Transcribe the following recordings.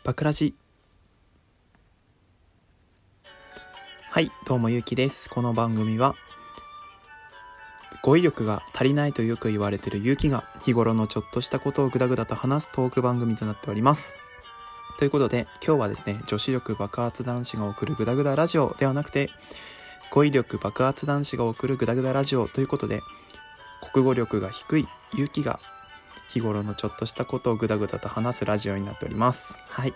バクラジ。はい、どうもゆうきです。この番組は語彙力が足りないとよく言われているゆうきが日頃のちょっとしたことをぐだぐだと話すトーク番組となっております。ということで今日はですね、女子力爆発男子が送るぐだぐだラジオではなくて、語彙力爆発男子が送るぐだぐだラジオということで、国語力が低いゆうきが日頃のちょっとしたことをぐだぐだと話すラジオになっております。はい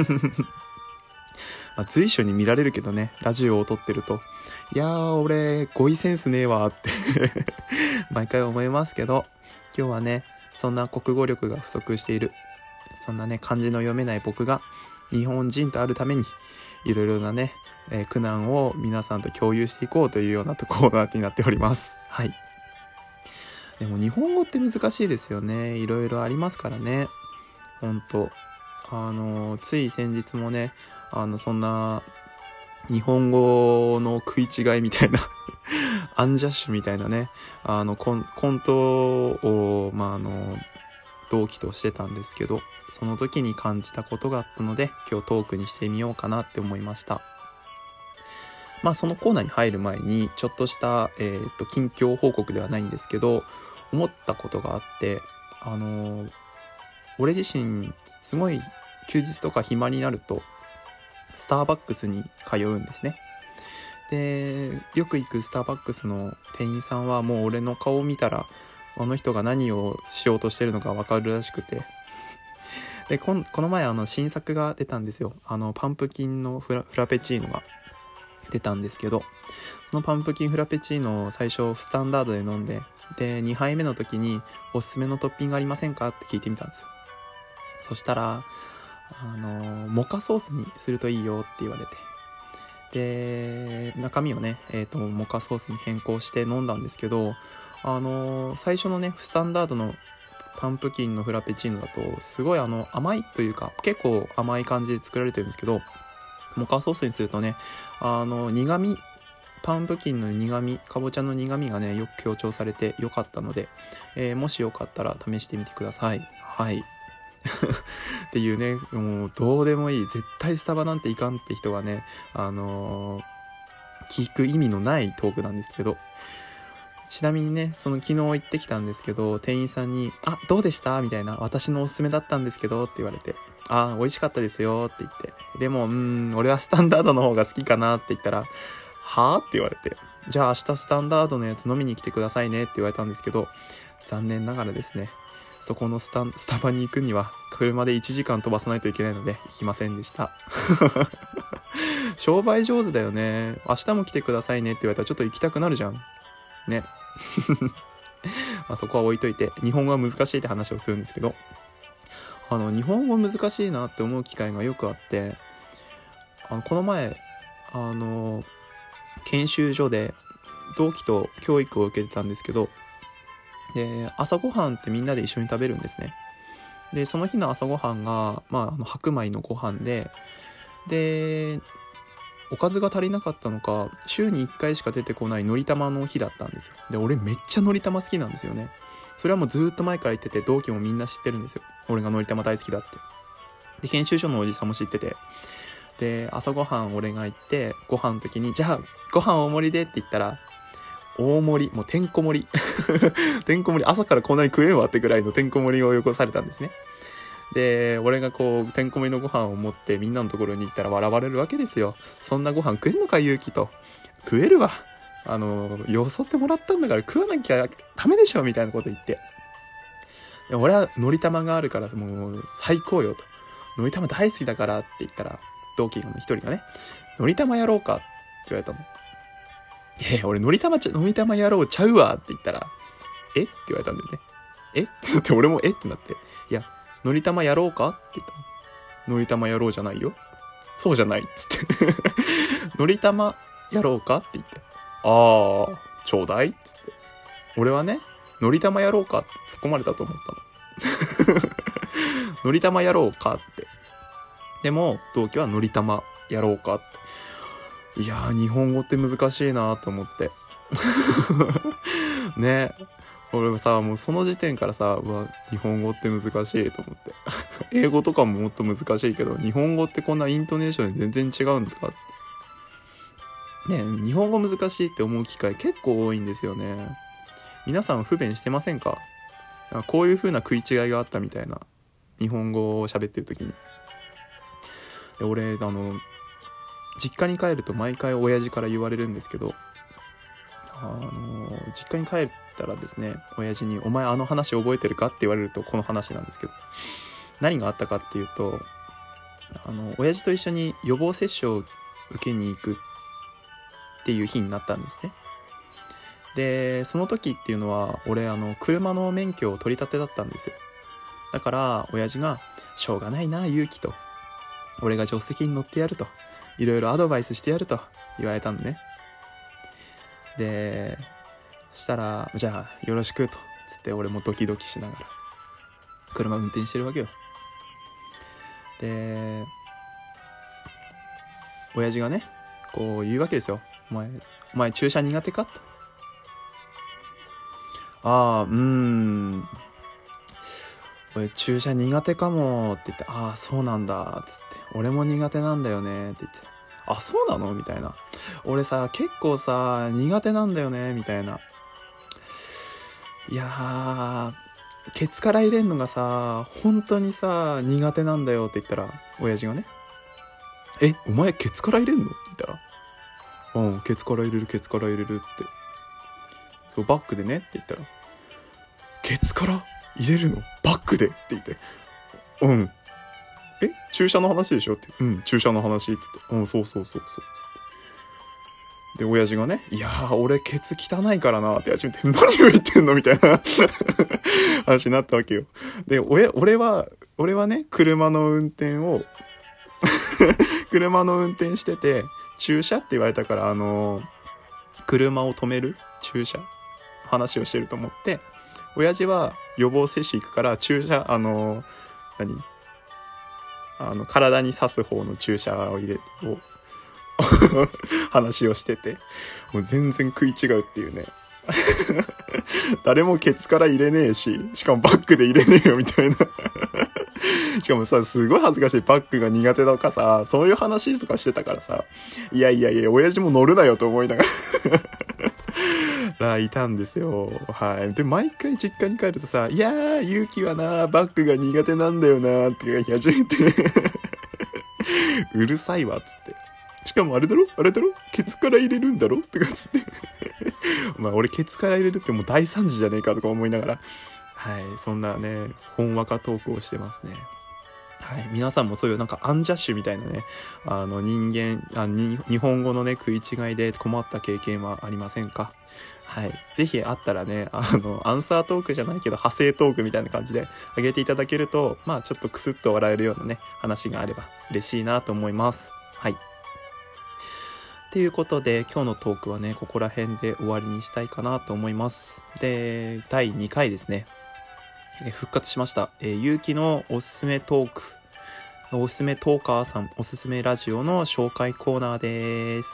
随所に見られるけどね、ラジオを撮ってると、いやー俺語彙センスねえわって毎回思いますけど、今日はね、そんな国語力が不足している、そんなね漢字の読めない僕が日本人とあるためにいろいろなね、苦難を皆さんと共有していこうというようなコーナーになっております。はい。でも日本語って難しいですよね。いろいろありますからね。ほんとつい先日もね、そんな日本語の食い違いみたいなアンジャッシュみたいなね、コントを同期としてたんですけど、その時に感じたことがあったので、今日トークにしてみようかなって思いました。そのコーナーに入る前にちょっとした近況報告ではないんですけど、思ったことがあって、俺自身すごい休日とか暇になるとスターバックスに通うんですね。で、よく行くスターバックスの店員さんはもう俺の顔を見たらあの人が何をしようとしてるのか分かるらしくてで、この前新作が出たんですよ。パンプキンのフラペチーノが出たんですけど、そのパンプキンフラペチーノを最初スタンダードで飲んで、で2杯目の時におすすめのトッピングありませんかって聞いてみたんですよ。そしたらモカソースにするといいよって言われて、で中身をね、モカソースに変更して飲んだんですけど、最初のねスタンダードのパンプキンのフラペチーノだとすごい甘いというか、結構甘い感じで作られてるんですけど、モカソースにするとね、苦味、パンプキンの苦味、かぼちゃの苦味がねよく強調されてよかったので、もしよかったら試してみてください。はいっていうね、もうどうでもいい、絶対スタバなんていかんって人はね、聞く意味のないトークなんですけど、ちなみにね、昨日行ってきたんですけど、店員さんにどうでしたみたいな、私のおすすめだったんですけどって言われて、美味しかったですよって言って、でも俺はスタンダードの方が好きかなって言ったら、はぁって言われて、じゃあ明日スタンダードのやつ飲みに来てくださいねって言われたんですけど、残念ながらですね、そこのスタバに行くには車で1時間飛ばさないといけないので行きませんでした商売上手だよね。明日も来てくださいねって言われたらちょっと行きたくなるじゃんねそこは置いといて、日本語は難しいって話をするんですけど、日本語難しいなって思う機会がよくあって、この前研修所で同期と教育を受けてたんですけど、で朝ごはんってみんなで一緒に食べるんですね。でその日の朝ごはんが、白米のご飯でおかずが足りなかったのか、週に1回しか出てこないのり玉の日だったんですよ。で俺めっちゃのり玉好きなんですよね。それはもうずっと前から言ってて、同期もみんな知ってるんですよ、俺がのり玉大好きだって。で研修所のおじさんも知ってて、で朝ごはん俺が行ってご飯の時に、じゃあご飯大盛りでって言ったら、大盛り、もうてんこ盛りてんこ盛り、朝からこんなに食えんわってぐらいのてんこ盛りをよこされたんですね。で俺がこうてんこ盛りのご飯を持ってみんなのところに行ったら笑われるわけですよ。そんなご飯食えんのかゆうきと。食えるわ、よそってもらったんだから食わなきゃダメでしょみたいなこと言って、俺はのり玉があるからもう最高よと、のり玉大好きだからって言ったら、同期の一人がね、のり玉やろうかって言われたの。俺のり玉やろうちゃうわって言ったら、えって言われたんだよね。えってなって、俺もえってなって、いやのり玉やろうかって言ったの。のり玉やろうじゃないよ、そうじゃないっつってのり玉やろうかって言って、ちょうだいっつって、俺はねのり玉やろうかって突っ込まれたと思ったののり玉やろうかって。でも同期はのり玉やろうかって。いやー日本語って難しいなと思ってね。俺さ、もうその時点からさ、うわ日本語って難しいと思って英語とかももっと難しいけど、日本語ってこんなイントネーションで全然違うんだかってね。日本語難しいって思う機会結構多いんですよね。皆さん不便してませんか？こういう風な食い違いがあったみたいな、日本語を喋ってる時に。で俺実家に帰ると毎回親父から言われるんですけど、実家に帰ったらですね、親父にお前あの話覚えてるかって言われるとこの話なんですけど、何があったかっていうと、親父と一緒に予防接種を受けに行くっていう日になったんですね。でその時っていうのは俺車の免許を取り立てだったんですよ。だから親父がしょうがないな勇気と、俺が助手席に乗ってやると、いろいろアドバイスしてやると言われたんでね。でそしたらじゃあよろしくとつって俺もドキドキしながら車運転してるわけよ。で親父がねこう言うわけですよ。お前駐車苦手かと。俺駐車苦手かもって言って、そうなんだっつって、俺も苦手なんだよねって言って、そうなのみたいな、俺さ結構さ苦手なんだよねみたいな。いやーケツから入れんのがさ本当にさ苦手なんだよって言ったら、親父がね、お前ケツから入れんのって言ったら、ケツから入れるって、そうバックでねって言ったら、ケツから入れるのバックでって言って、注射の話でしょって、注射の話っつって、そうつって、で親父がね、いやー俺ケツ汚いからなって始めて、何を言ってんのみたいな話になったわけよ。で俺はね車の運転してて、駐車って言われたから車を止める駐車話をしてると思って、親父は予防接種行くから注射体に刺す方の注射を話をしてて、もう全然食い違うっていうね誰もケツから入れねえし、しかもバックで入れねえよみたいなしかもさすごい恥ずかしい、バックが苦手だとかさ、そういう話とかしてたからさ、いや親父も乗るなよと思いながらいたんですよ。はい。で毎回実家に帰るとさ、いやー勇気はなバックが苦手なんだよなって言い始めてうるさいわっつって、しかもあれだろケツから入れるんだろとかつって俺ケツから入れるってもう大惨事じゃねえかとか思いながら、はい、そんなねほんわかトークをしてますね。はい、皆さんもそういうなんかアンジャッシュみたいなね、日本語のね食い違いで困った経験はありませんか？はい、ぜひあったらねアンサートークじゃないけど派生トークみたいな感じで上げていただけると、ちょっとクスッと笑えるようなね話があれば嬉しいなと思います。はい。ということで今日のトークはねここら辺で終わりにしたいかなと思います。で第2回ですね、復活しました。ゆうきのおすすめトーク、おすすめトーカーさん、おすすめラジオの紹介コーナーです。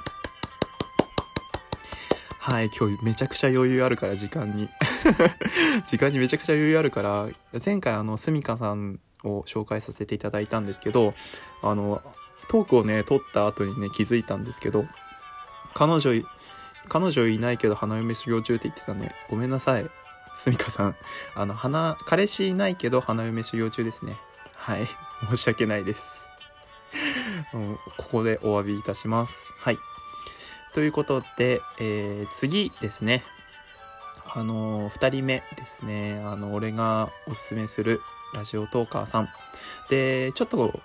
はい、今日めちゃくちゃ余裕あるから時間にめちゃくちゃ余裕あるから、前回すみかさんを紹介させていただいたんですけど、トークをね撮った後にね気づいたんですけど、彼女いないけど花嫁修行中って言ってたね。ごめんなさいすみかさん、彼氏いないけど花嫁修行中ですね。はい、申し訳ないですここでお詫びいたします。はい、ということで、次ですね、2人目ですね、俺がおすすめするラジオトーカーさんで、ちょっと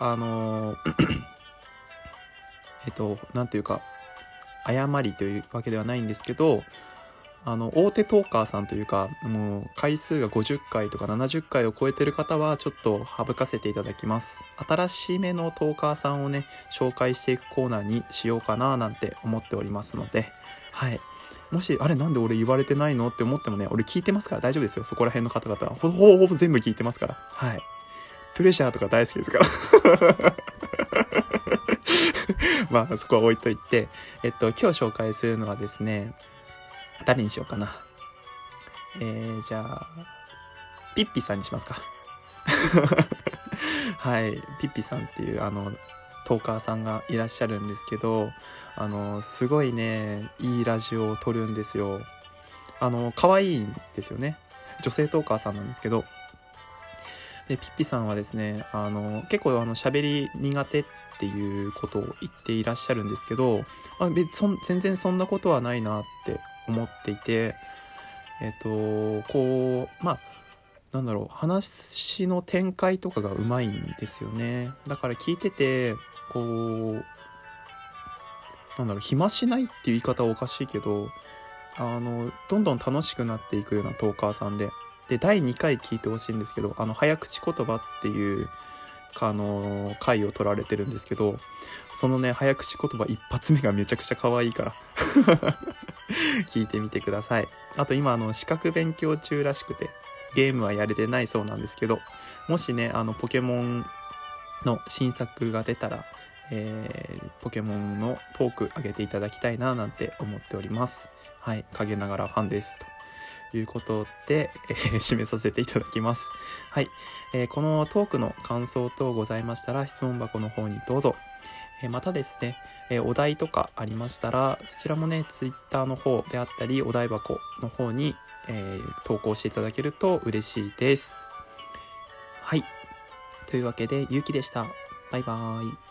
なんていうか誤りというわけではないんですけど、大手トーカーさんというか、もう回数が50回とか70回を超えてる方はちょっと省かせていただきます。新しめのトーカーさんをね紹介していくコーナーにしようかななんて思っておりますので、はい、もしなんで俺言われてないのって思ってもね、俺聞いてますから大丈夫ですよ。そこら辺の方々はほぼ全部聞いてますから。はい、プレシャーとか大好きですからそこは置いといて、今日紹介するのはですね、誰にしようかな。じゃあピッピさんにしますかはい、ピッピさんっていうトーカーさんがいらっしゃるんですけど、すごいねいいラジオを撮るんですよ。可愛いんですよね。女性トーカーさんなんですけど、でピッピさんはですね結構喋り苦手っていうことを言っていらっしゃるんですけど、全然そんなことはないなって思っていて、なんだろう、話の展開とかがうまいんですよね。だから聞いてて暇しないっていう言い方はおかしいけど、どんどん楽しくなっていくようなトーカーさんで、第2回聞いてほしいんですけど、早口言葉っていう回を取られてるんですけど、そのね早口言葉一発目がめちゃくちゃ可愛いから聞いてみてください。あと今資格勉強中らしくて、ゲームはやれてないそうなんですけど、もしねポケモンの新作が出たら、ポケモンのトーク上げていただきたいななんて思っております。はい、陰ながらファンですということで、締めさせていただきます。はい、このトークの感想等ございましたら質問箱の方にどうぞ。またですね、お題とかありましたらそちらもねツイッターの方であったりお題箱の方に、投稿していただけると嬉しいです。はい、というわけでゆうきでした。バイバーイ。